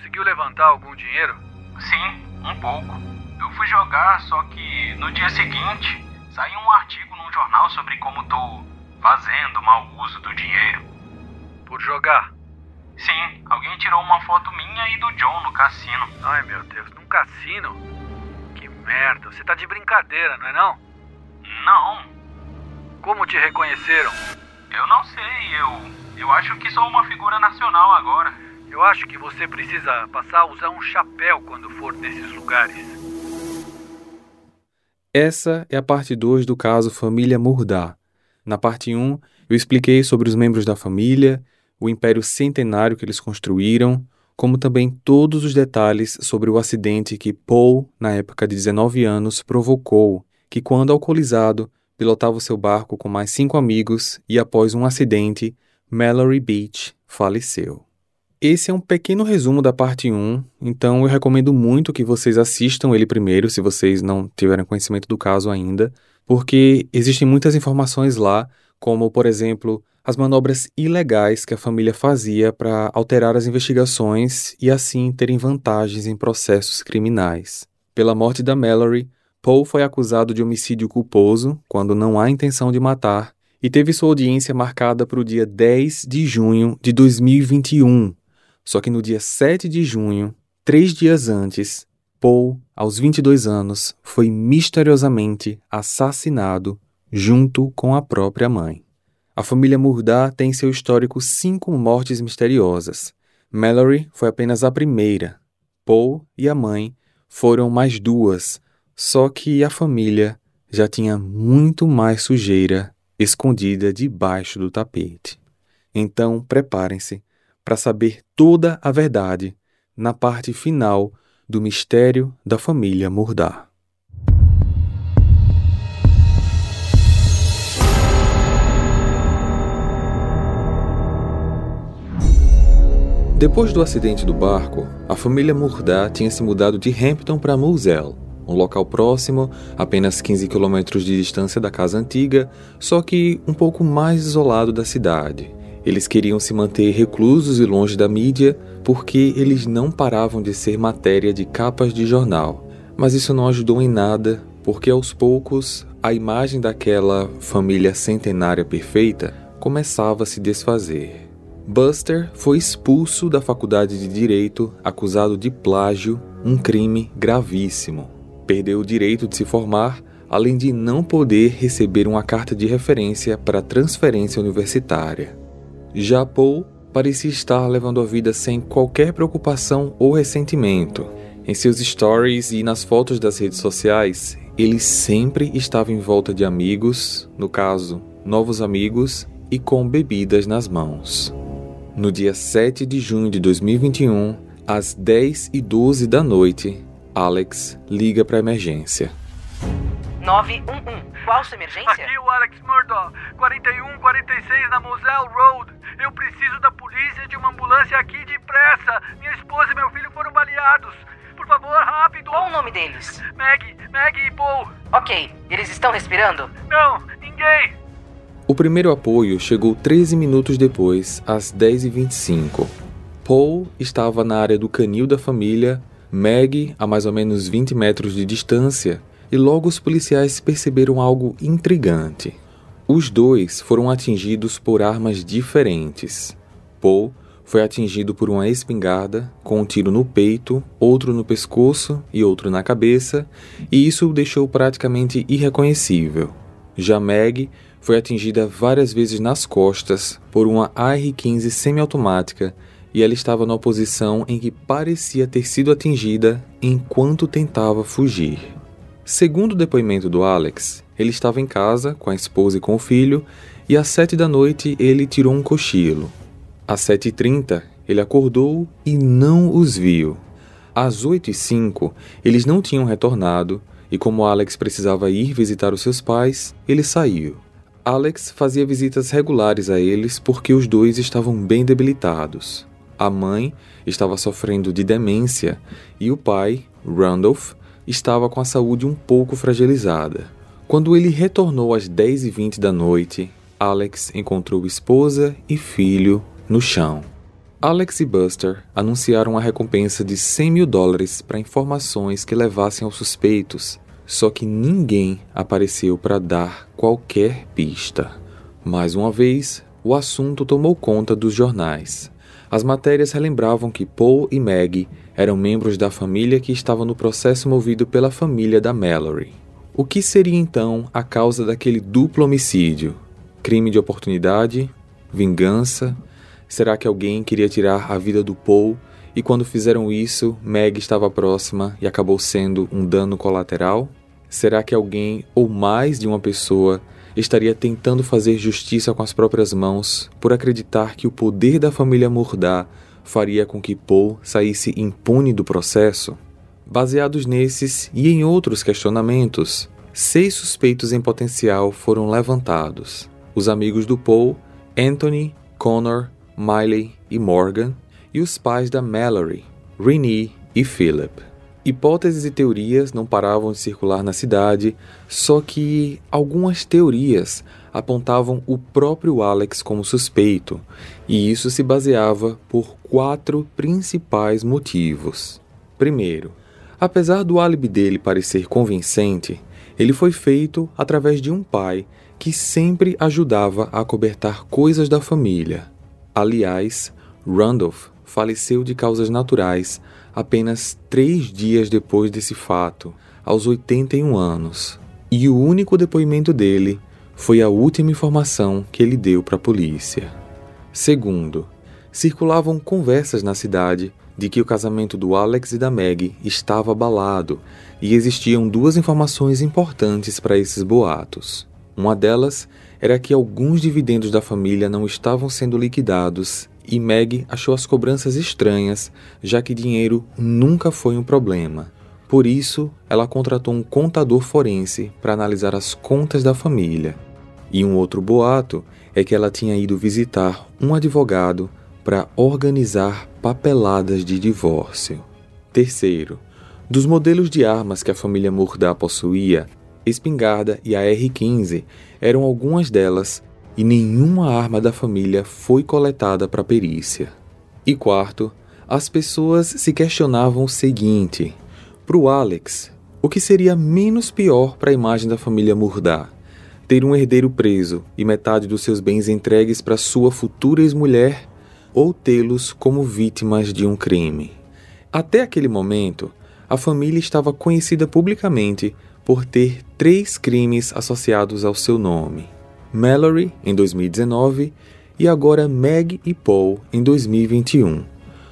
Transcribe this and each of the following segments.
conseguiu levantar algum dinheiro? Sim, um pouco. Eu fui jogar, só que no dia seguinte saiu um artigo num jornal sobre como tô fazendo mau uso do dinheiro. Por jogar? Sim, alguém tirou uma foto minha e do John no cassino. Ai, meu Deus, num cassino? Que merda, você tá de brincadeira, não é não? Não. Como te reconheceram? Eu não sei, eu acho que sou uma figura nacional agora. Eu acho que você precisa passar a usar um chapéu quando for nesses lugares. Essa é a parte 2 do caso Família Murdaugh. Na parte 1, eu expliquei sobre os membros da família, o império centenário que eles construíram, como também todos os detalhes sobre o acidente que Paul, na época de 19 anos, provocou, que quando alcoolizado, pilotava o seu barco com mais 5 amigos e após um acidente, Mallory Beach faleceu. Esse é um pequeno resumo da parte 1, então eu recomendo muito que vocês assistam ele primeiro, se vocês não tiverem conhecimento do caso ainda, porque existem muitas informações lá, como, por exemplo, as manobras ilegais que a família fazia para alterar as investigações e assim terem vantagens em processos criminais. Pela morte da Mallory, Paul foi acusado de homicídio culposo, quando não há intenção de matar, e teve sua audiência marcada para o dia 10 de junho de 2021. Só que no dia 7 de junho, 3 dias antes, Paul, aos 22 anos, foi misteriosamente assassinado junto com a própria mãe. A família Murdaugh tem em seu histórico 5 mortes misteriosas. Mallory foi apenas a primeira. Paul e a mãe foram mais 2, só que a família já tinha muito mais sujeira escondida debaixo do tapete. Então, preparem-se para saber toda a verdade na parte final do mistério da família Murdaugh. Depois do acidente do barco, a família Murdaugh tinha se mudado de Hampton para Moselle, um local próximo, apenas 15 quilômetros de distância da casa antiga, só que um pouco mais isolado da cidade. Eles queriam se manter reclusos e longe da mídia, porque eles não paravam de ser matéria de capas de jornal. Mas isso não ajudou em nada, porque aos poucos, a imagem daquela família centenária perfeita começava a se desfazer. Buster foi expulso da faculdade de Direito, acusado de plágio, um crime gravíssimo. Perdeu o direito de se formar, além de não poder receber uma carta de referência para transferência universitária. Já Paul parecia estar levando a vida sem qualquer preocupação ou ressentimento. Em seus stories e nas fotos das redes sociais, ele sempre estava em volta de amigos, no caso, novos amigos, e com bebidas nas mãos. No dia 7 de junho de 2021, às 10h12 da noite, Alex liga para a emergência. 911, qual sua emergência? Aqui o Alex Murdaugh, 4146 na Moselle Road. Eu preciso da polícia, de uma ambulância aqui depressa. Minha esposa e meu filho foram baleados. Por favor, rápido. Qual o nome deles? Maggie e Paul. Ok, eles estão respirando? Não, ninguém. O primeiro apoio chegou 13 minutos depois, às 10h25. Paul estava na área do canil da família, Maggie a mais ou menos 20 metros de distância, e logo os policiais perceberam algo intrigante. Os dois foram atingidos por armas diferentes. Paul foi atingido por uma espingarda, com um tiro no peito, outro no pescoço e outro na cabeça, e isso o deixou praticamente irreconhecível. Já Maggie foi atingida várias vezes nas costas por uma AR-15 semiautomática e ela estava numa posição em que parecia ter sido atingida enquanto tentava fugir. Segundo o depoimento do Alex, ele estava em casa com a esposa e com o filho e às 7 da noite ele tirou um cochilo. Às 7h30 ele acordou e não os viu. Às 8h05 eles não tinham retornado e como Alex precisava ir visitar os seus pais, ele saiu. Alex fazia visitas regulares a eles porque os dois estavam bem debilitados. A mãe estava sofrendo de demência e o pai, Randolph, estava com a saúde um pouco fragilizada. Quando ele retornou às 10h20 da noite, Alex encontrou esposa e filho no chão. Alex e Buster anunciaram a recompensa de $100 mil para informações que levassem aos suspeitos, só que ninguém apareceu para dar qualquer pista. Mais uma vez, o assunto tomou conta dos jornais. As matérias relembravam que Paul e Maggie eram membros da família que estava no processo movido pela família da Mallory. O que seria então a causa daquele duplo homicídio? Crime de oportunidade? Vingança? Será que alguém queria tirar a vida do Paul e quando fizeram isso, Maggie estava próxima e acabou sendo um dano colateral? Será que alguém ou mais de uma pessoa estaria tentando fazer justiça com as próprias mãos por acreditar que o poder da família Murdaugh faria com que Paul saísse impune do processo? Baseados nesses e em outros questionamentos, 6 suspeitos em potencial foram levantados. Os amigos do Paul, Anthony, Connor, Miley e Morgan, e os pais da Mallory, Renee e Philip. Hipóteses e teorias não paravam de circular na cidade, só que algumas teorias apontavam o próprio Alex como suspeito, e isso se baseava por 4 principais motivos. Primeiro, apesar do álibi dele parecer convincente, ele foi feito através de um pai que sempre ajudava a acobertar coisas da família. Aliás, Randolph faleceu de causas naturais apenas 3 dias depois desse fato, aos 81 anos. E o único depoimento dele foi a última informação que ele deu para a polícia. Segundo, circulavam conversas na cidade de que o casamento do Alex e da Maggie estava abalado e existiam 2 informações importantes para esses boatos. Uma delas era que alguns dividendos da família não estavam sendo liquidados e Maggie achou as cobranças estranhas, já que dinheiro nunca foi um problema. Por isso, ela contratou um contador forense para analisar as contas da família. E um outro boato é que ela tinha ido visitar um advogado para organizar papeladas de divórcio. Terceiro, dos modelos de armas que a família Murdaugh possuía, espingarda e a AR-15 eram algumas delas e nenhuma arma da família foi coletada para perícia. E quarto, as pessoas se questionavam o seguinte: para o Alex, o que seria menos pior para a imagem da família Murdaugh? Ter um herdeiro preso e metade dos seus bens entregues para sua futura ex-mulher ou tê-los como vítimas de um crime? Até aquele momento, a família estava conhecida publicamente por ter 3 crimes associados ao seu nome. Mallory, em 2019, e agora Meg e Paul, em 2021.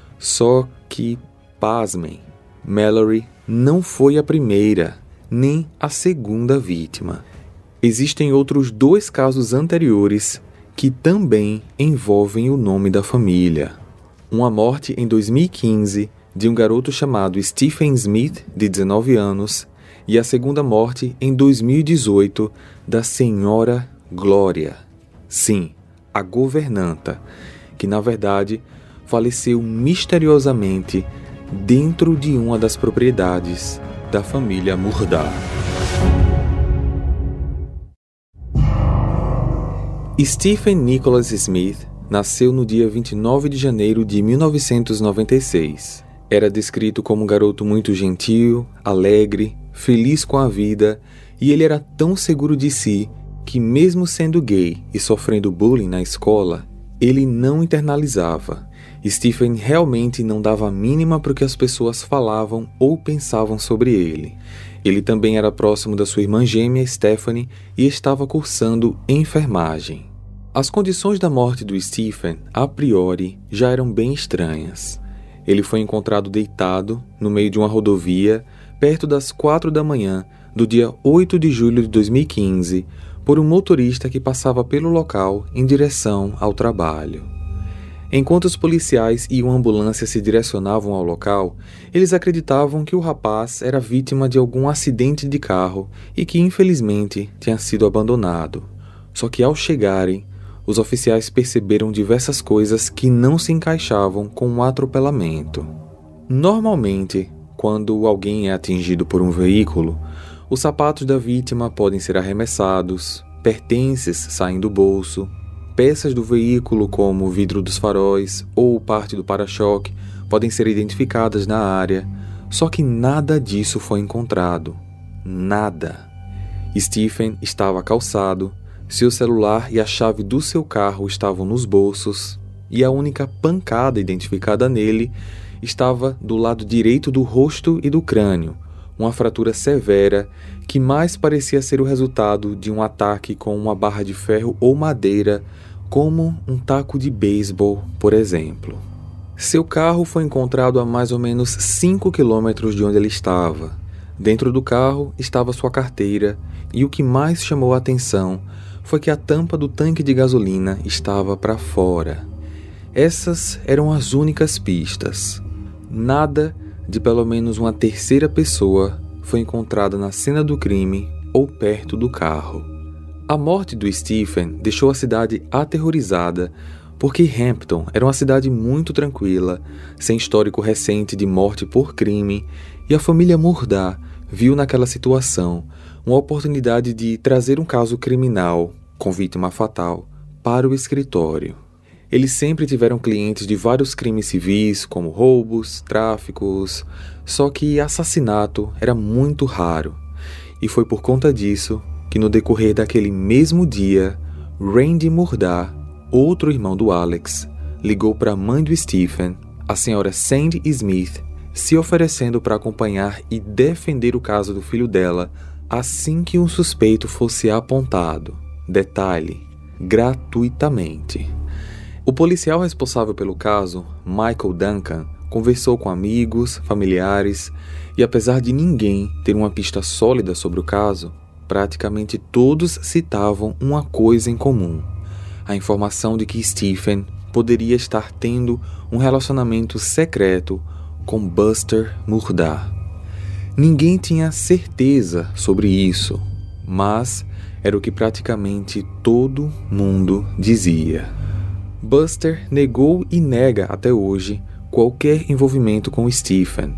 Só que, pasmem, Mallory não foi a primeira, nem a segunda vítima. Existem outros 2 casos anteriores que também envolvem o nome da família. Uma morte em 2015 de um garoto chamado Stephen Smith, de 19 anos, e a segunda morte em 2018 da senhora Glória. Sim, a governanta, que na verdade faleceu misteriosamente dentro de uma das propriedades da família Murdaugh. Stephen Nicholas Smith nasceu no dia 29 de janeiro de 1996. Era descrito como um garoto muito gentil, alegre, feliz com a vida, e ele era tão seguro de si que, mesmo sendo gay e sofrendo bullying na escola, ele não internalizava. Stephen realmente não dava a mínima para o que as pessoas falavam ou pensavam sobre ele. Ele também era próximo da sua irmã gêmea, Stephanie, e estava cursando enfermagem. As condições da morte do Stephen, a priori, já eram bem estranhas. Ele foi encontrado deitado no meio de uma rodovia, perto das 4 da manhã do dia 8 de julho de 2015, por um motorista que passava pelo local em direção ao trabalho. Enquanto os policiais e uma ambulância se direcionavam ao local, eles acreditavam que o rapaz era vítima de algum acidente de carro e que, infelizmente, tinha sido abandonado. Só que, ao chegarem, os oficiais perceberam diversas coisas que não se encaixavam com um atropelamento. Normalmente, quando alguém é atingido por um veículo, os sapatos da vítima podem ser arremessados, pertences saem do bolso, peças do veículo, como o vidro dos faróis ou parte do para-choque, podem ser identificadas na área, só que nada disso foi encontrado. Nada. Stephen estava calçado, seu celular e a chave do seu carro estavam nos bolsos, e a única pancada identificada nele estava do lado direito do rosto e do crânio, uma fratura severa que mais parecia ser o resultado de um ataque com uma barra de ferro ou madeira, como um taco de beisebol, por exemplo. Seu carro foi encontrado a mais ou menos 5 quilômetros de onde ele estava. Dentro do carro estava sua carteira, e o que mais chamou a atenção foi que a tampa do tanque de gasolina estava para fora. Essas eram as únicas pistas. Nada de pelo menos uma terceira pessoa foi encontrada na cena do crime ou perto do carro. A morte do Stephen deixou a cidade aterrorizada, porque Hampton era uma cidade muito tranquila, sem histórico recente de morte por crime, e a família Murdaugh viu naquela situação uma oportunidade de trazer um caso criminal, com vítima fatal, para o escritório. Eles sempre tiveram clientes de vários crimes civis, como roubos, tráficos, só que assassinato era muito raro. E foi por conta disso que no decorrer daquele mesmo dia, Randy Murdaugh, outro irmão do Alex, ligou para a mãe do Stephen, a senhora Sandy Smith, se oferecendo para acompanhar e defender o caso do filho dela assim que um suspeito fosse apontado. Detalhe: gratuitamente. O policial responsável pelo caso, Michael Duncan, conversou com amigos, familiares e, apesar de ninguém ter uma pista sólida sobre o caso, praticamente todos citavam uma coisa em comum: a informação de que Stephen poderia estar tendo um relacionamento secreto com Buster Murdaugh. Ninguém tinha certeza sobre isso, mas era o que praticamente todo mundo dizia. Buster negou e nega até hoje qualquer envolvimento com Stephen,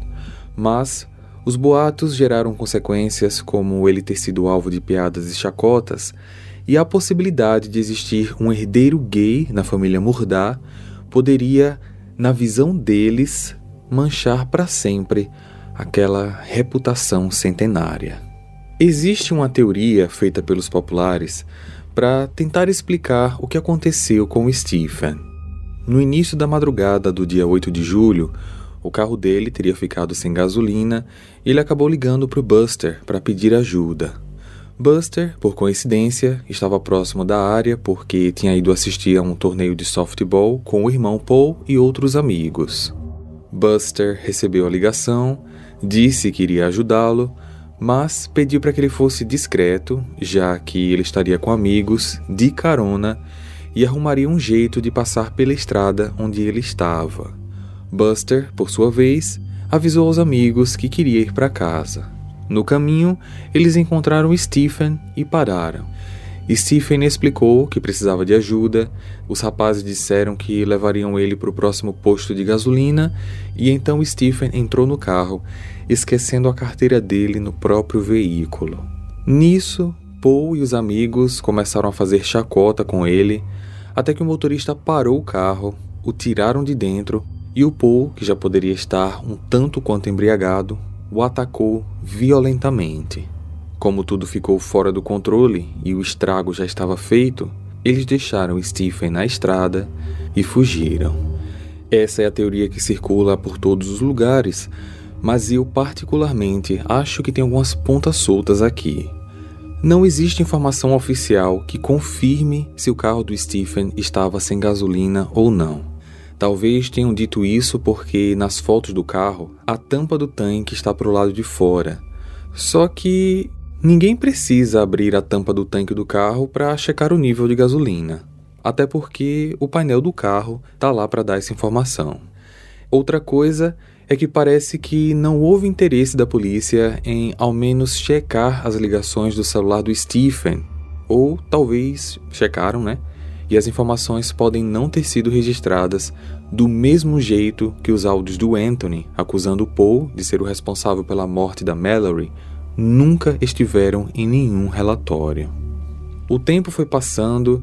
mas os boatos geraram consequências como ele ter sido alvo de piadas e chacotas, e a possibilidade de existir um herdeiro gay na família Murdaugh poderia, na visão deles, manchar para sempre aquela reputação centenária. Existe uma teoria feita pelos populares para tentar explicar o que aconteceu com Stephen. No início da madrugada do dia 8 de julho, o carro dele teria ficado sem gasolina e ele acabou ligando para o Buster para pedir ajuda. Buster, por coincidência, estava próximo da área porque tinha ido assistir a um torneio de softball com o irmão Paul e outros amigos. Buster recebeu a ligação, disse que iria ajudá-lo, mas pediu para que ele fosse discreto, já que ele estaria com amigos, de carona, e arrumaria um jeito de passar pela estrada onde ele estava. Buster, por sua vez, avisou aos amigos que queria ir para casa. No caminho, eles encontraram Stephen e pararam. Stephen explicou que precisava de ajuda, os rapazes disseram que levariam ele para o próximo posto de gasolina, e então Stephen entrou no carro, esquecendo a carteira dele no próprio veículo. Nisso, Paul e os amigos começaram a fazer chacota com ele, até que o motorista parou o carro, o tiraram de dentro, e o Paul, que já poderia estar um tanto quanto embriagado, o atacou violentamente. Como tudo ficou fora do controle e o estrago já estava feito, eles deixaram Stephen na estrada e fugiram. Essa é a teoria que circula por todos os lugares, mas eu particularmente acho que tem algumas pontas soltas aqui. Não existe informação oficial que confirme se o carro do Stephen estava sem gasolina ou não. Talvez tenham dito isso porque nas fotos do carro a tampa do tanque está para o lado de fora. Só que ninguém precisa abrir a tampa do tanque do carro para checar o nível de gasolina, até porque o painel do carro está lá para dar essa informação. Outra coisa é que parece que não houve interesse da polícia em ao menos checar as ligações do celular do Stephen, ou talvez checaram, né? E as informações podem não ter sido registradas do mesmo jeito que os áudios do Anthony, acusando o Paul de ser o responsável pela morte da Mallory, nunca estiveram em nenhum relatório. O tempo foi passando,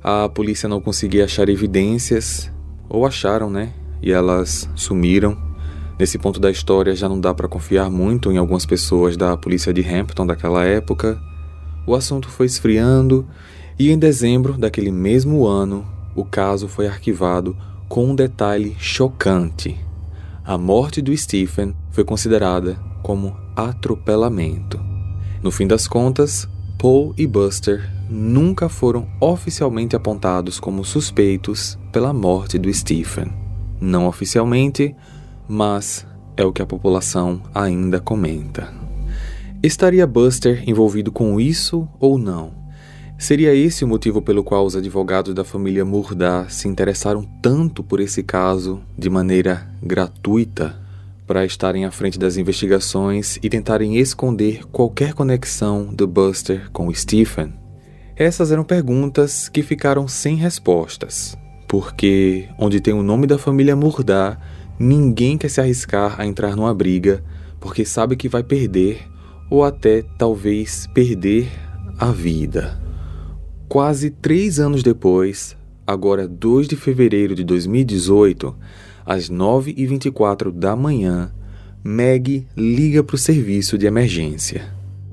A polícia não conseguia achar evidências, ou acharam, né? E elas sumiram. Nesse ponto da história já não dá para confiar muito em algumas pessoas da polícia de Hampton daquela época. O assunto foi esfriando e em dezembro daquele mesmo ano, o caso foi arquivado com um detalhe chocante. A morte do Stephen foi considerada como atropelamento. No fim das contas, Paul e Buster nunca foram oficialmente apontados como suspeitos pela morte do Stephen. Não oficialmente, mas é o que a população ainda comenta. Estaria Buster envolvido com isso ou não? Seria esse o motivo pelo qual os advogados da família Murdaugh se interessaram tanto por esse caso de maneira gratuita para estarem à frente das investigações e tentarem esconder qualquer conexão do Buster com o Stephen? Essas eram perguntas que ficaram sem respostas, porque onde tem o nome da família Murdaugh, ninguém quer se arriscar a entrar numa briga porque sabe que vai perder ou até talvez perder a vida. Quase 3 anos depois, agora 2 de fevereiro de 2018, às 9h24 da manhã, Meg liga para o serviço de emergência.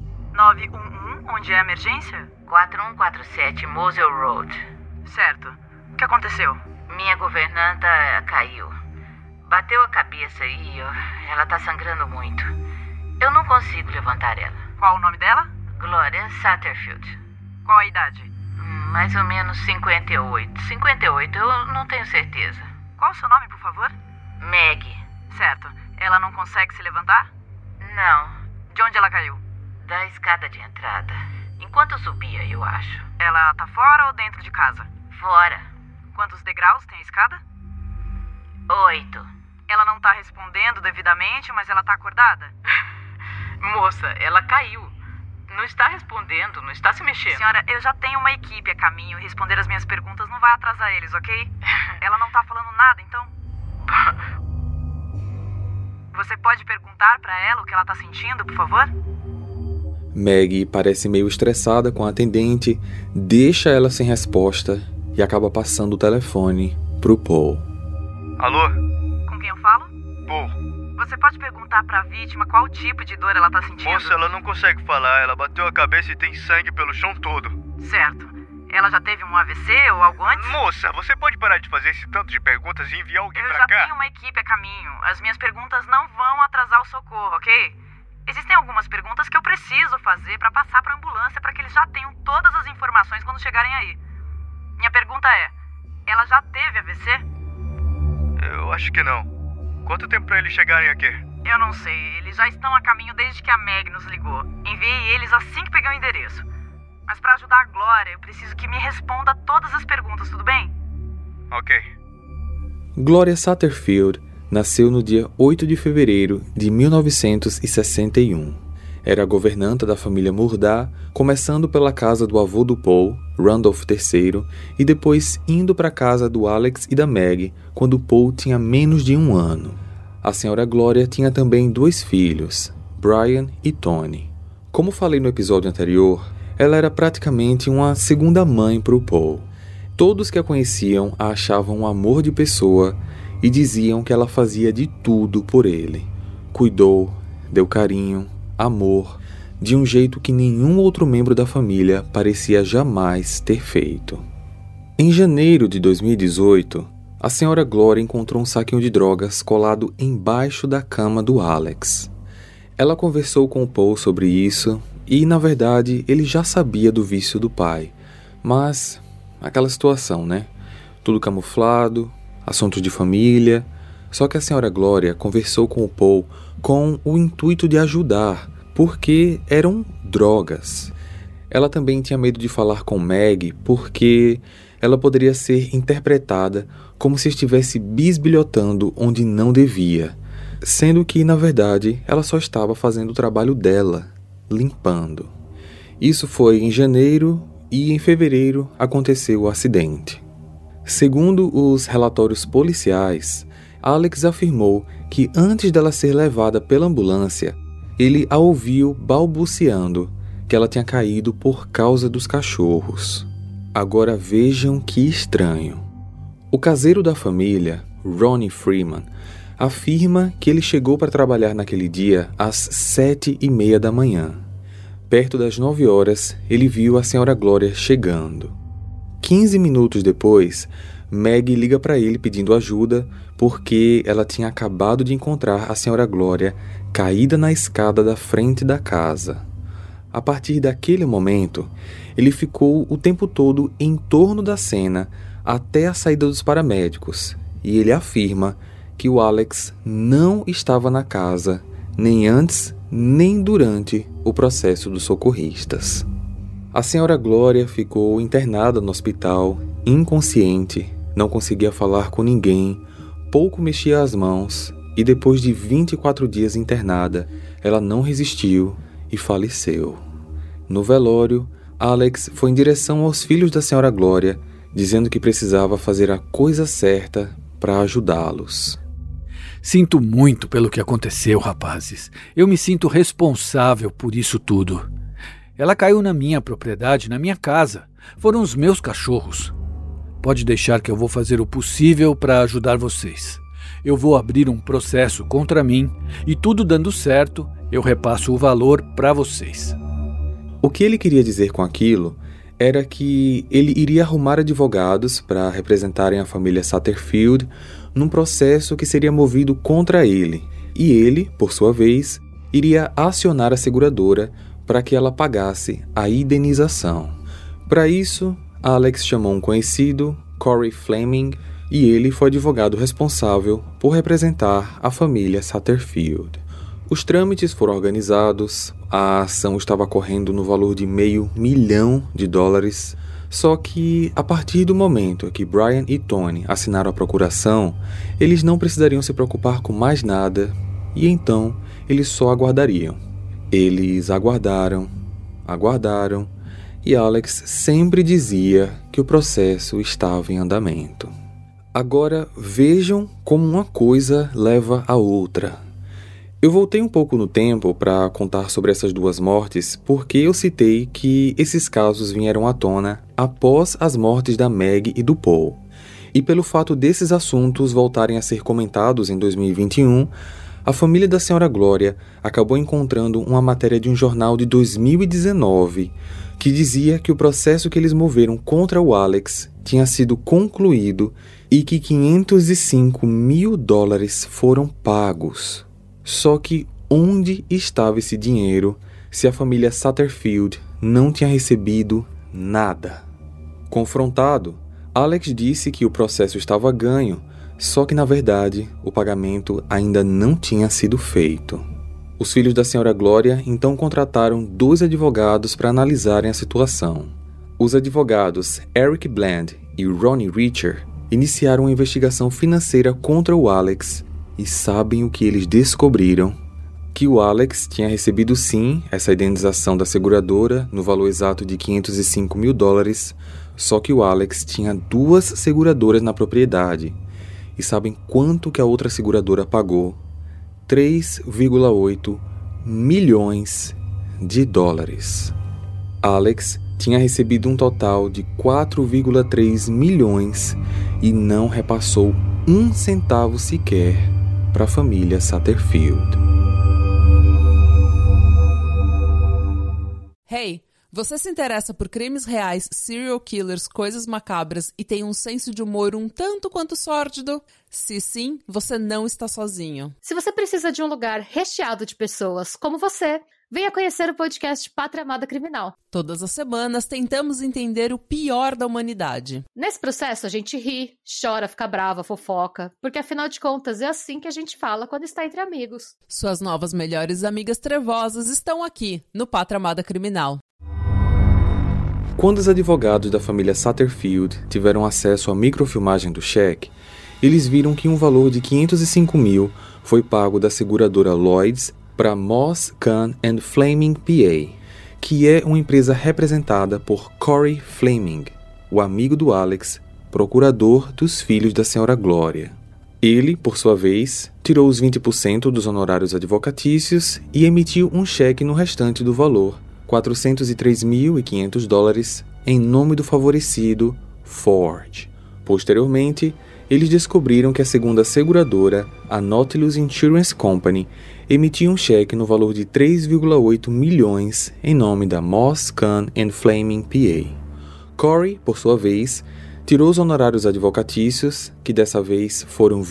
911, onde é a emergência? 4147 Moselle Road. Certo. O que aconteceu? Minha governanta caiu. Bateu a cabeça e ela tá sangrando muito. Eu não consigo levantar ela. Qual o nome dela? Gloria Satterfield. Qual a idade? Mais ou menos 58. 58, eu não tenho certeza. Qual o seu nome, por favor? Meg. Certo. Ela não consegue se levantar? Não. De onde ela caiu? Da escada de entrada. Enquanto eu subia, eu acho. Ela tá fora ou dentro de casa? Fora. Quantos degraus tem a escada? 8. Ela não tá respondendo devidamente, mas ela tá acordada? Moça, ela caiu. Não está respondendo, não está se mexendo. Senhora, eu já tenho uma equipe a caminho e responder as minhas perguntas não vai atrasar eles, ok? Ela não tá falando nada, então? Você pode perguntar pra ela o que ela tá sentindo, por favor? Meg parece meio estressada com a atendente, deixa ela sem resposta e acaba passando o telefone pro Paul. Alô? Com quem eu falo? Paul. Você pode perguntar pra vítima qual tipo de dor ela tá sentindo? Moça, ela não consegue falar. Ela bateu a cabeça e tem sangue pelo chão todo. Certo. Ela já teve um AVC ou algo antes? Moça, você pode parar de fazer esse tanto de perguntas e enviar alguém pra cá? Eu já tenho uma equipe a caminho. As minhas perguntas não vão atrasar o socorro, ok? Existem algumas perguntas que eu preciso fazer pra passar pra ambulância pra que eles já tenham todas as informações quando chegarem aí. Minha pergunta é, ela já teve AVC? Eu acho que não. Quanto tempo pra eles chegarem aqui? Eu não sei, eles já estão a caminho desde que a Meg nos ligou. Enviei eles assim que peguei o endereço. Mas pra ajudar a Glória, eu preciso que me responda todas as perguntas, tudo bem? Ok. Gloria Satterfield nasceu no dia 8 de fevereiro de 1961. Era a governanta da família Murdaugh, começando pela casa do avô do Paul, Randolph III, e depois indo para a casa do Alex e da Meg, quando Paul tinha menos de 1 ano. A senhora Gloria tinha também 2 filhos, Brian e Tony. Como falei no episódio anterior, ela era praticamente uma segunda mãe para o Paul. Todos que a conheciam a achavam um amor de pessoa e diziam que ela fazia de tudo por ele. Cuidou, deu carinho, amor, de um jeito que nenhum outro membro da família parecia jamais ter feito. Em janeiro de 2018, a senhora Gloria encontrou um saquinho de drogas colado embaixo da cama do Alex. Ela conversou com o Paul sobre isso e, na verdade, ele já sabia do vício do pai. Mas, aquela situação, né? Tudo camuflado, assuntos de família. Só que a senhora Gloria conversou com o Paul com o intuito de ajudar, porque eram drogas. Ela também tinha medo de falar com Meg porque ela poderia ser interpretada como se estivesse bisbilhotando onde não devia, sendo que, na verdade, ela só estava fazendo o trabalho dela, limpando. Isso foi em janeiro e em fevereiro aconteceu o acidente. Segundo os relatórios policiais, Alex afirmou que antes dela ser levada pela ambulância, ele a ouviu balbuciando que ela tinha caído por causa dos cachorros. Agora vejam que estranho. O caseiro da família, Ronnie Freeman, afirma que ele chegou para trabalhar naquele dia às 7h30 da manhã. Perto das 9 horas, ele viu a Sra. Glória chegando. 15 minutos depois, Meg liga para ele pedindo ajuda porque ela tinha acabado de encontrar a Sra. Glória caída na escada da frente da casa. A partir daquele momento, ele ficou o tempo todo em torno da cena até a saída dos paramédicos, e ele afirma que o Alex não estava na casa, nem antes nem durante o processo dos socorristas. A Sra. Glória ficou internada no hospital, inconsciente, não conseguia falar com ninguém, pouco mexia as mãos, e depois de 24 dias internada, ela não resistiu e faleceu. No velório, Alex foi em direção aos filhos da Sra. Glória, dizendo que precisava fazer a coisa certa para ajudá-los. Sinto muito pelo que aconteceu, rapazes. Eu me sinto responsável por isso tudo. Ela caiu na minha propriedade, na minha casa. Foram os meus cachorros. Pode deixar que eu vou fazer o possível para ajudar vocês. Eu vou abrir um processo contra mim e, tudo dando certo, eu repasso o valor para vocês. O que ele queria dizer com aquilo era que ele iria arrumar advogados para representarem a família Satterfield num processo que seria movido contra ele, e ele, por sua vez, iria acionar a seguradora para que ela pagasse a indenização. Para isso, Alex chamou um conhecido, Corey Fleming, e ele foi advogado responsável por representar a família Satterfield. Os trâmites foram organizados, a ação estava correndo no valor de $500 mil, só que a partir do momento que Brian e Tony assinaram a procuração, eles não precisariam se preocupar com mais nada e então eles só aguardariam. Eles aguardaram e Alex sempre dizia que o processo estava em andamento. Agora vejam como uma coisa leva a outra. Eu voltei um pouco no tempo para contar sobre essas duas mortes porque eu citei que esses casos vieram à tona após as mortes da Meg e do Paul. E pelo fato desses assuntos voltarem a ser comentados em 2021, a família da Sra. Glória acabou encontrando uma matéria de um jornal de 2019 que dizia que o processo que eles moveram contra o Alex tinha sido concluído e que $505 mil foram pagos. Só que onde estava esse dinheiro se a família Satterfield não tinha recebido nada? Confrontado, Alex disse que o processo estava ganho, só que na verdade o pagamento ainda não tinha sido feito. Os filhos da Sra. Glória então contrataram 2 advogados para analisarem a situação. Os advogados Eric Bland e Ronnie Richer iniciaram uma investigação financeira contra o Alex. E sabem o que eles descobriram? Que o Alex tinha recebido sim essa indenização da seguradora no valor exato de $505 mil, só que o Alex tinha 2 seguradoras na propriedade. E sabem quanto que a outra seguradora pagou? $3,8 milhões. Alex tinha recebido um total de 4,3 milhões e não repassou 1 centavo sequer para a família Satterfield. Hey, você se interessa por crimes reais, serial killers, coisas macabras e tem um senso de humor um tanto quanto sórdido? Se sim, você não está sozinho. Se você precisa de um lugar recheado de pessoas como você, venha conhecer o podcast Pátria Amada Criminal. Todas as semanas tentamos entender o pior da humanidade. Nesse processo a gente ri, chora, fica brava, fofoca, porque afinal de contas é assim que a gente fala quando está entre amigos. Suas novas melhores amigas trevosas estão aqui, no Pátria Amada Criminal. Quando os advogados da família Satterfield tiveram acesso à microfilmagem do cheque, eles viram que um valor de $505 mil foi pago da seguradora Lloyds para Moss, Kahn & Fleming PA, que é uma empresa representada por Corey Fleming, o amigo do Alex, procurador dos filhos da Sra. Glória. Ele, por sua vez, tirou os 20% dos honorários advocatícios e emitiu um cheque no restante do valor, $403.500, em nome do favorecido Ford. Posteriormente, eles descobriram que a segunda seguradora, a Nautilus Insurance Company, emitia um cheque no valor de 3,8 milhões em nome da Moss, Kahn & Fleming PA. Corey, por sua vez, tirou os honorários advocatícios, que dessa vez foram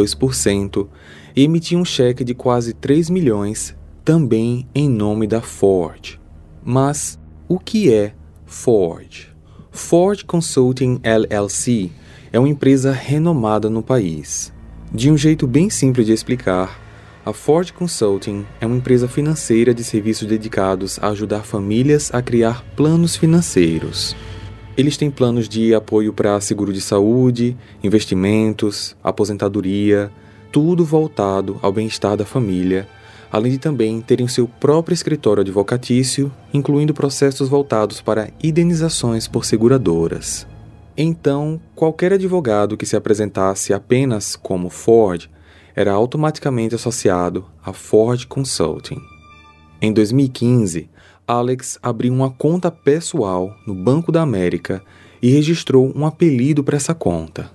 22%, e emitiu um cheque de quase 3 milhões, também em nome da Ford. Mas o que é Ford? Ford Consulting LLC é uma empresa renomada no país. De um jeito bem simples de explicar, a Ford Consulting é uma empresa financeira de serviços dedicados a ajudar famílias a criar planos financeiros. Eles têm planos de apoio para seguro de saúde, investimentos, aposentadoria, tudo voltado ao bem-estar da família, além de também terem o seu próprio escritório advocatício, incluindo processos voltados para indenizações por seguradoras. Então, qualquer advogado que se apresentasse apenas como Ford era automaticamente associado a Ford Consulting. Em 2015, Alex abriu uma conta pessoal no Banco da América e registrou um apelido para essa conta,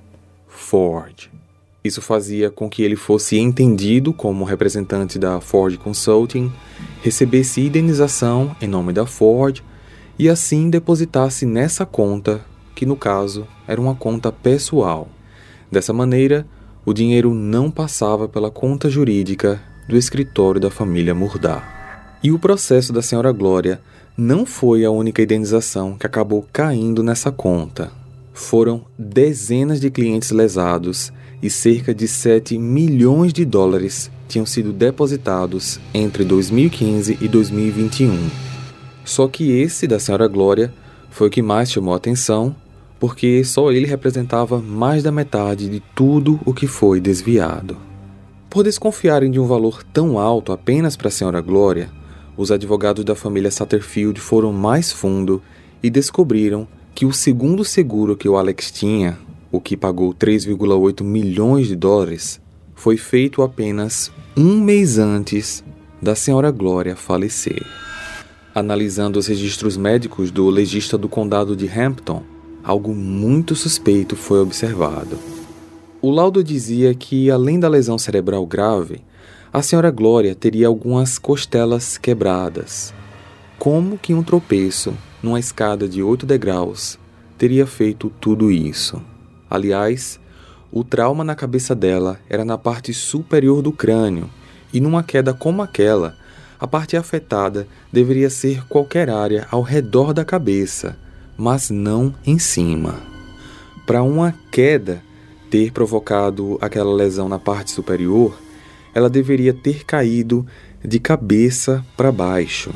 Ford. Isso fazia com que ele fosse entendido como representante da Ford Consulting, recebesse indenização em nome da Ford e assim depositasse nessa conta, que no caso era uma conta pessoal. Dessa maneira, o dinheiro não passava pela conta jurídica do escritório da família Murdaugh. E o processo da senhora Glória não foi a única indenização que acabou caindo nessa conta. Foram dezenas de clientes lesados e cerca de 7 milhões de dólares tinham sido depositados entre 2015 e 2021. Só que esse da senhora Glória foi o que mais chamou a atenção, porque só ele representava mais da metade de tudo o que foi desviado. Por desconfiarem de um valor tão alto apenas para a senhora Glória, os advogados da família Satterfield foram mais fundo e descobriram que o segundo seguro que o Alex tinha, o que pagou 3,8 milhões de dólares, foi feito apenas um mês antes da senhora Glória falecer. Analisando os registros médicos do legista do condado de Hampton, algo muito suspeito foi observado. O laudo dizia que, além da lesão cerebral grave, a senhora Glória teria algumas costelas quebradas. Como que um tropeço numa escada de 8 degraus teria feito tudo isso? Aliás, o trauma na cabeça dela era na parte superior do crânio, e numa queda como aquela, a parte afetada deveria ser qualquer área ao redor da cabeça, mas não em cima. Para uma queda ter provocado aquela lesão na parte superior, ela deveria ter caído de cabeça para baixo.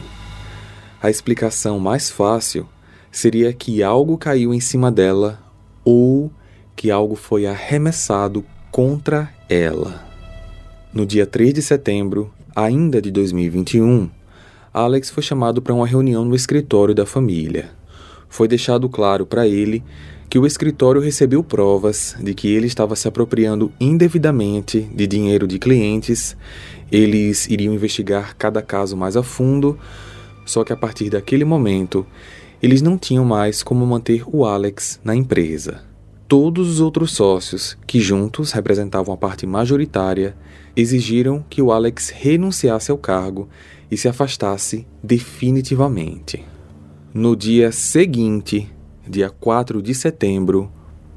A explicação mais fácil seria que algo caiu em cima dela ou que algo foi arremessado contra ela. No dia 3 de setembro, ainda de 2021, Alex foi chamado para uma reunião no escritório da família. Foi deixado claro para ele que o escritório recebeu provas de que ele estava se apropriando indevidamente de dinheiro de clientes. Eles iriam investigar cada caso mais a fundo, só que a partir daquele momento, eles não tinham mais como manter o Alex na empresa. Todos os outros sócios, que juntos representavam a parte majoritária, exigiram que o Alex renunciasse ao cargo e se afastasse definitivamente. No dia seguinte, dia 4 de setembro,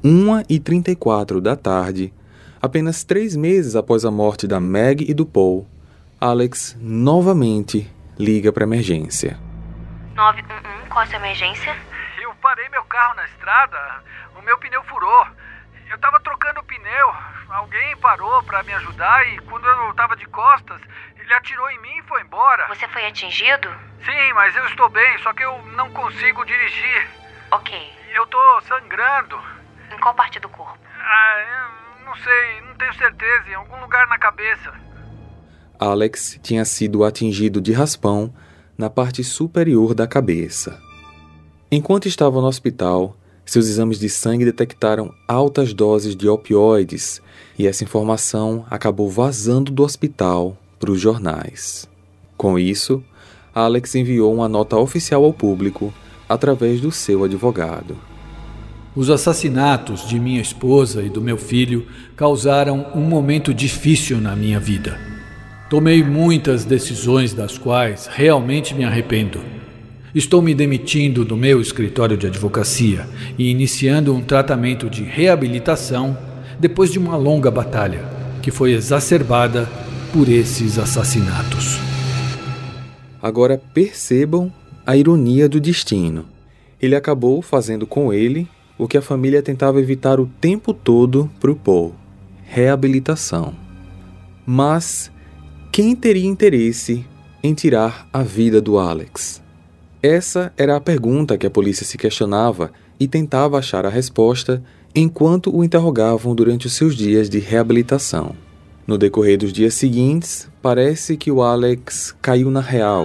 1h34 da tarde, apenas 3 meses após a morte da Meg e do Paul, Alex novamente liga para a emergência. 911, qual é a sua emergência? Eu parei meu carro na estrada, o meu pneu furou. Eu tava trocando o pneu, alguém parou pra me ajudar e quando eu tava de costas, ele atirou em mim e foi embora. Você foi atingido? Sim, mas eu estou bem, só que eu não consigo dirigir. Ok. Eu tô sangrando. Em qual parte do corpo? Eu não sei, não tenho certeza, em algum lugar na cabeça. Alex tinha sido atingido de raspão na parte superior da cabeça. Enquanto estava no hospital, seus exames de sangue detectaram altas doses de opioides e essa informação acabou vazando do hospital para os jornais. Com isso, Alex enviou uma nota oficial ao público através do seu advogado. Os assassinatos de minha esposa e do meu filho causaram um momento difícil na minha vida. Tomei muitas decisões das quais realmente me arrependo. Estou me demitindo do meu escritório de advocacia e iniciando um tratamento de reabilitação depois de uma longa batalha, que foi exacerbada por esses assassinatos. Agora percebam a ironia do destino. Ele acabou fazendo com ele o que a família tentava evitar o tempo todo para o Paul: reabilitação. Mas quem teria interesse em tirar a vida do Alex? Essa era a pergunta que a polícia se questionava e tentava achar a resposta enquanto o interrogavam durante os seus dias de reabilitação. No decorrer dos dias seguintes, parece que o Alex caiu na real,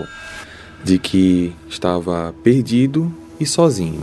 de que estava perdido e sozinho.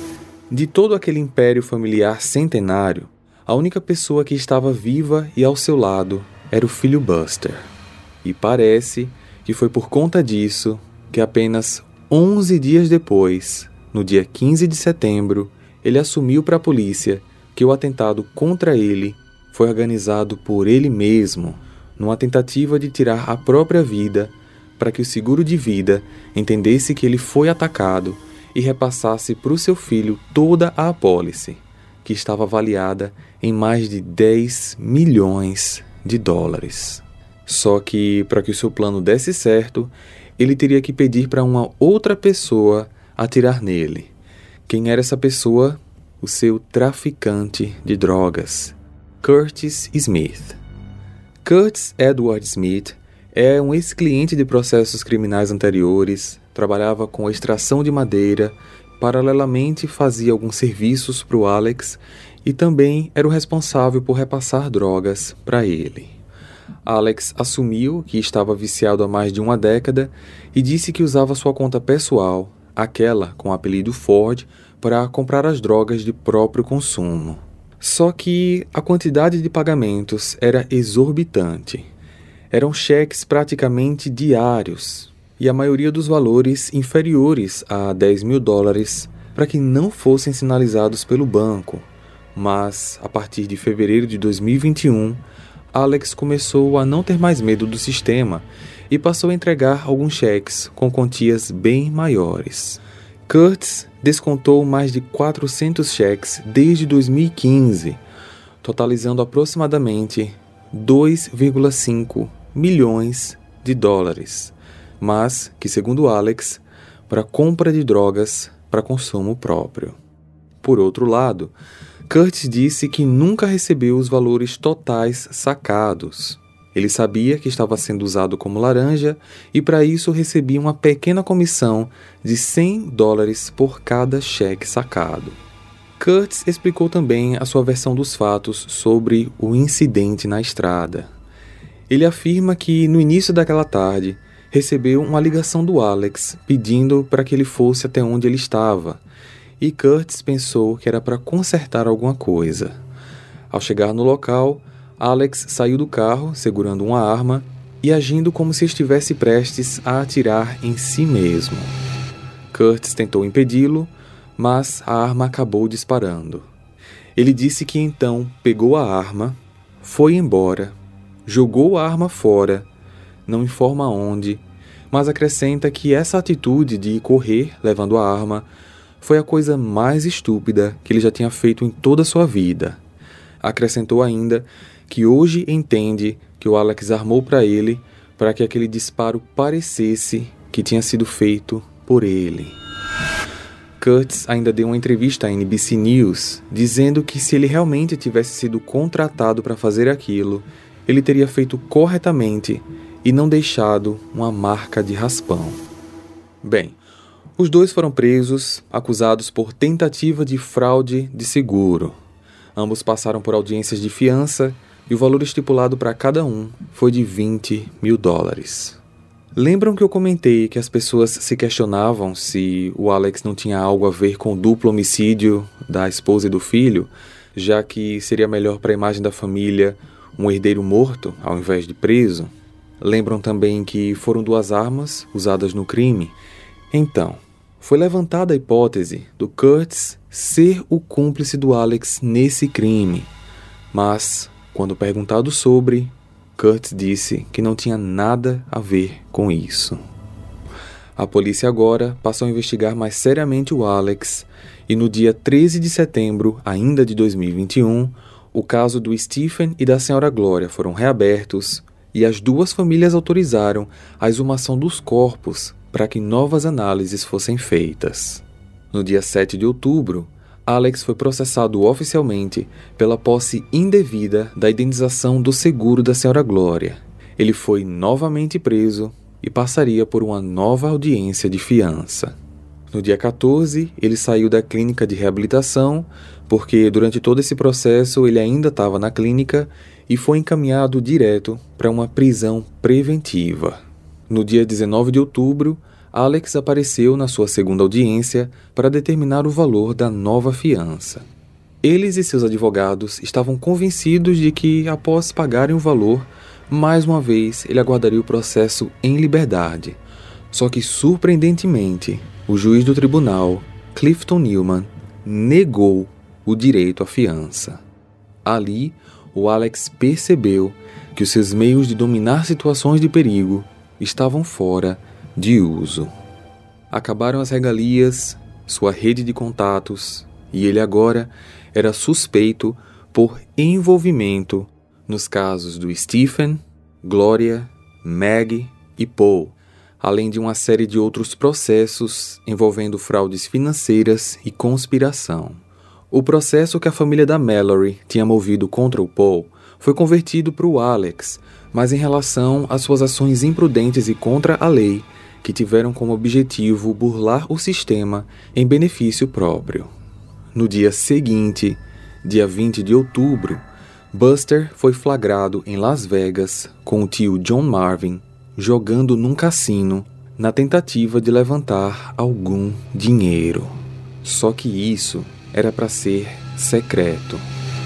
De todo aquele império familiar centenário, a única pessoa que estava viva e ao seu lado era o filho Buster. E parece que foi por conta disso que apenas 11 dias depois, no dia 15 de setembro, ele assumiu para a polícia que o atentado contra ele foi organizado por ele mesmo, numa tentativa de tirar a própria vida para que o seguro de vida entendesse que ele foi atacado e repassasse para o seu filho toda a apólice, que estava avaliada em mais de 10 milhões de dólares. Só que, para que o seu plano desse certo, ele teria que pedir para uma outra pessoa atirar nele. Quem era essa pessoa? O seu traficante de drogas, Curtis Smith. Curtis Edward Smith é um ex-cliente de processos criminais anteriores, trabalhava com extração de madeira, paralelamente fazia alguns serviços para o Alex e também era o responsável por repassar drogas para ele. Alex assumiu que estava viciado há mais de uma década e disse que usava sua conta pessoal, aquela com o apelido Ford, para comprar as drogas de próprio consumo. Só que a quantidade de pagamentos era exorbitante. Eram cheques praticamente diários e a maioria dos valores inferiores a 10 mil dólares para que não fossem sinalizados pelo banco. Mas, a partir de fevereiro de 2021, Alex começou a não ter mais medo do sistema e passou a entregar alguns cheques com quantias bem maiores. Curtis descontou mais de 400 cheques desde 2015, totalizando aproximadamente 2,5 milhões de dólares, mas que, segundo Alex, para compra de drogas para consumo próprio. Por outro lado, Curtis disse que nunca recebeu os valores totais sacados. Ele sabia que estava sendo usado como laranja e para isso recebia uma pequena comissão de 100 dólares por cada cheque sacado. Curtis explicou também a sua versão dos fatos sobre o incidente na estrada. Ele afirma que no início daquela tarde recebeu uma ligação do Alex pedindo para que ele fosse até onde ele estava. E Curtis pensou que era para consertar alguma coisa. Ao chegar no local, Alex saiu do carro segurando uma arma e agindo como se estivesse prestes a atirar em si mesmo. Curtis tentou impedi-lo, mas a arma acabou disparando. Ele disse que então pegou a arma, foi embora, jogou a arma fora, não informa onde, mas acrescenta que essa atitude de correr levando a arma foi a coisa mais estúpida que ele já tinha feito em toda a sua vida. Acrescentou ainda que hoje entende que o Alex armou para ele para que aquele disparo parecesse que tinha sido feito por ele. Curtis ainda deu uma entrevista à NBC News dizendo que se ele realmente tivesse sido contratado para fazer aquilo, ele teria feito corretamente e não deixado uma marca de raspão. Bem, os dois foram presos, acusados por tentativa de fraude de seguro. Ambos passaram por audiências de fiança e o valor estipulado para cada um foi de 20 mil dólares. Lembram que eu comentei que as pessoas se questionavam se o Alex não tinha algo a ver com o duplo homicídio da esposa e do filho, já que seria melhor para a imagem da família um herdeiro morto ao invés de preso? Lembram também que foram 2 armas usadas no crime? Então, Foi levantada a hipótese do Curtis ser o cúmplice do Alex nesse crime, mas, quando perguntado sobre, Curtis disse que não tinha nada a ver com isso. A polícia agora passou a investigar mais seriamente o Alex e no dia 13 de setembro, ainda de 2021, o caso do Stephen e da senhora Glória foram reabertos e as duas famílias autorizaram a exumação dos corpos para que novas análises fossem feitas. No dia 7 de outubro, Alex foi processado oficialmente pela posse indevida da indenização do seguro da senhora Glória. Ele foi novamente preso e passaria por uma nova audiência de fiança. No dia 14, ele saiu da clínica de reabilitação, porque durante todo esse processo ele ainda estava na clínica e foi encaminhado direto para uma prisão preventiva. No dia 19 de outubro, Alex apareceu na sua segunda audiência para determinar o valor da nova fiança. Eles e seus advogados estavam convencidos de que, após pagarem o valor, mais uma vez ele aguardaria o processo em liberdade. Só que, surpreendentemente, o juiz do tribunal, Clifton Newman, negou o direito à fiança. Ali, o Alex percebeu que os seus meios de dominar situações de perigo estavam fora de uso. Acabaram as regalias, sua rede de contatos, e ele agora era suspeito por envolvimento nos casos do Stephen, Glória, Meg e Paul, além de uma série de outros processos envolvendo fraudes financeiras e conspiração. O processo que a família da Mallory tinha movido contra o Paul foi convertido para o Alex, mas em relação às suas ações imprudentes e contra a lei, que tiveram como objetivo burlar o sistema em benefício próprio. No dia seguinte, dia 20 de outubro, Buster foi flagrado em Las Vegas com o tio John Marvin jogando num cassino na tentativa de levantar algum dinheiro. Só que isso era para ser secreto.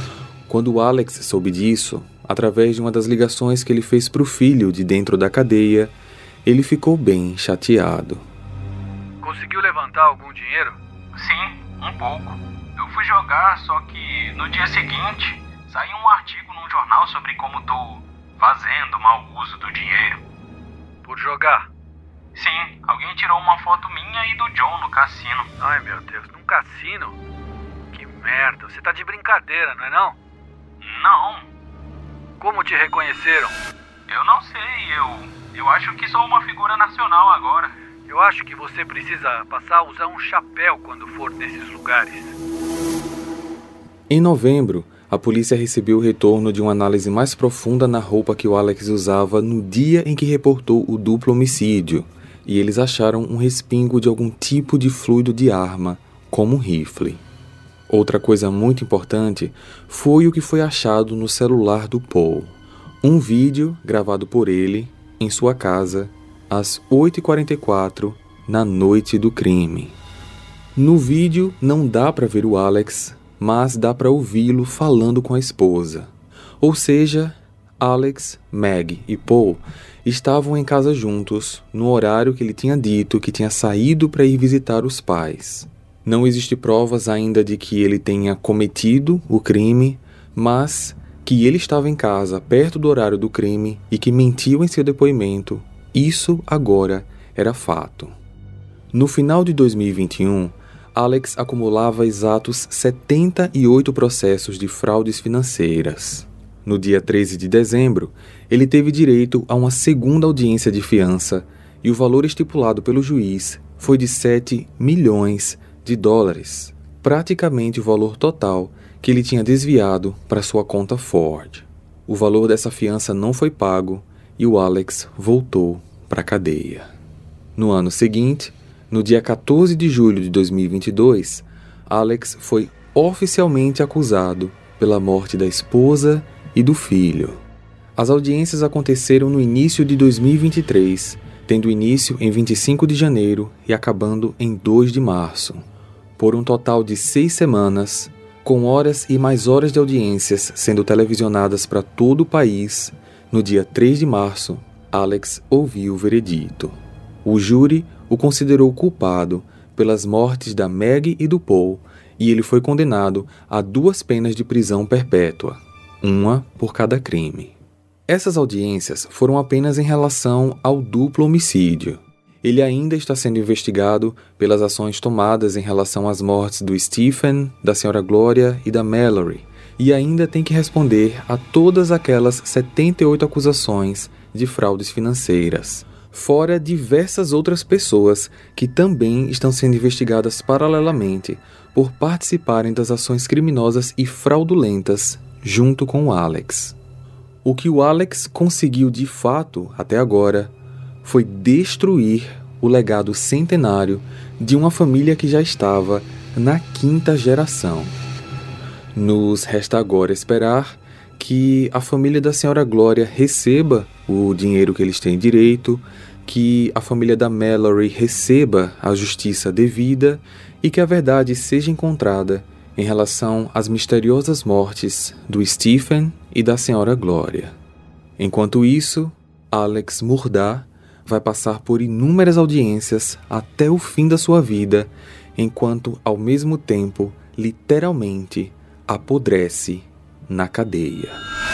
Quando Alex soube disso, através de uma das ligações que ele fez para o filho de dentro da cadeia, ele ficou bem chateado. Conseguiu levantar algum dinheiro? Sim, um pouco. Eu fui jogar, só que no dia seguinte saiu um artigo num jornal sobre como tô fazendo mau uso do dinheiro. Por jogar? Sim, alguém tirou uma foto minha e do John no cassino. Ai, meu Deus, num cassino? Que merda, você tá de brincadeira, não é não? Não. Como te reconheceram? Eu não sei, eu acho que sou uma figura nacional agora. Eu acho que você precisa passar a usar um chapéu quando for nesses lugares. Em novembro, a polícia recebeu o retorno de uma análise mais profunda na roupa que o Alex usava no dia em que reportou o duplo homicídio, e eles acharam um respingo de algum tipo de fluido de arma, como um rifle. Outra coisa muito importante foi o que foi achado no celular do Paul. Um vídeo gravado por ele em sua casa às 8h44 na noite do crime. No vídeo não dá para ver o Alex, mas dá para ouvi-lo falando com a esposa. Ou seja, Alex, Meg e Paul estavam em casa juntos no horário que ele tinha dito que tinha saído para ir visitar os pais. Não existe provas ainda de que ele tenha cometido o crime, mas que ele estava em casa perto do horário do crime e que mentiu em seu depoimento, isso agora era fato. No final de 2021, Alex acumulava exatos 78 processos de fraudes financeiras. No dia 13 de dezembro, ele teve direito a uma segunda audiência de fiança e o valor estipulado pelo juiz foi de 7 milhões de dólares, praticamente o valor total que ele tinha desviado para sua conta Ford. O valor dessa fiança não foi pago e o Alex voltou para a cadeia. No ano seguinte, no dia 14 de julho de 2022, Alex foi oficialmente acusado pela morte da esposa e do filho. As audiências aconteceram no início de 2023, tendo início em 25 de janeiro e acabando em 2 de março. Por um total de 6 semanas, com horas e mais horas de audiências sendo televisionadas para todo o país, no dia 3 de março, Alex ouviu o veredito. O júri o considerou culpado pelas mortes da Meg e do Paul, e ele foi condenado a 2 penas de prisão perpétua, uma por cada crime. Essas audiências foram apenas em relação ao duplo homicídio. Ele ainda está sendo investigado pelas ações tomadas em relação às mortes do Stephen, da Sra. Gloria e da Mallory, e ainda tem que responder a todas aquelas 78 acusações de fraudes financeiras, fora diversas outras pessoas que também estão sendo investigadas paralelamente por participarem das ações criminosas e fraudulentas junto com o Alex. O que o Alex conseguiu de fato até agora foi destruir o legado centenário de uma família que já estava na 5ª geração. Nos resta agora esperar que a família da Sra. Gloria receba o dinheiro que eles têm direito, que a família da Mallory receba a justiça devida e que a verdade seja encontrada em relação às misteriosas mortes do Stephen e da Sra. Gloria. Enquanto isso, Alex Murdaugh vai passar por inúmeras audiências até o fim da sua vida, enquanto, ao mesmo tempo, literalmente apodrece na cadeia.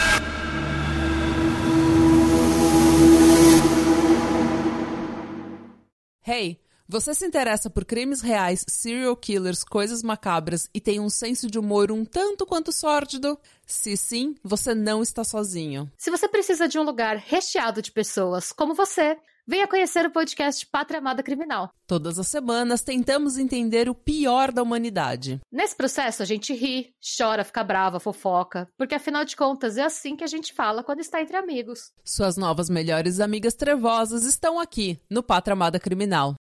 Hey, você se interessa por crimes reais, serial killers, coisas macabras e tem um senso de humor um tanto quanto sórdido? Se sim, você não está sozinho. Se você precisa de um lugar recheado de pessoas como você, venha conhecer o podcast Pátria Amada Criminal. Todas as semanas tentamos entender o pior da humanidade. Nesse processo a gente ri, chora, fica brava, fofoca, porque afinal de contas é assim que a gente fala quando está entre amigos. Suas novas melhores amigas trevosas estão aqui no Pátria Amada Criminal.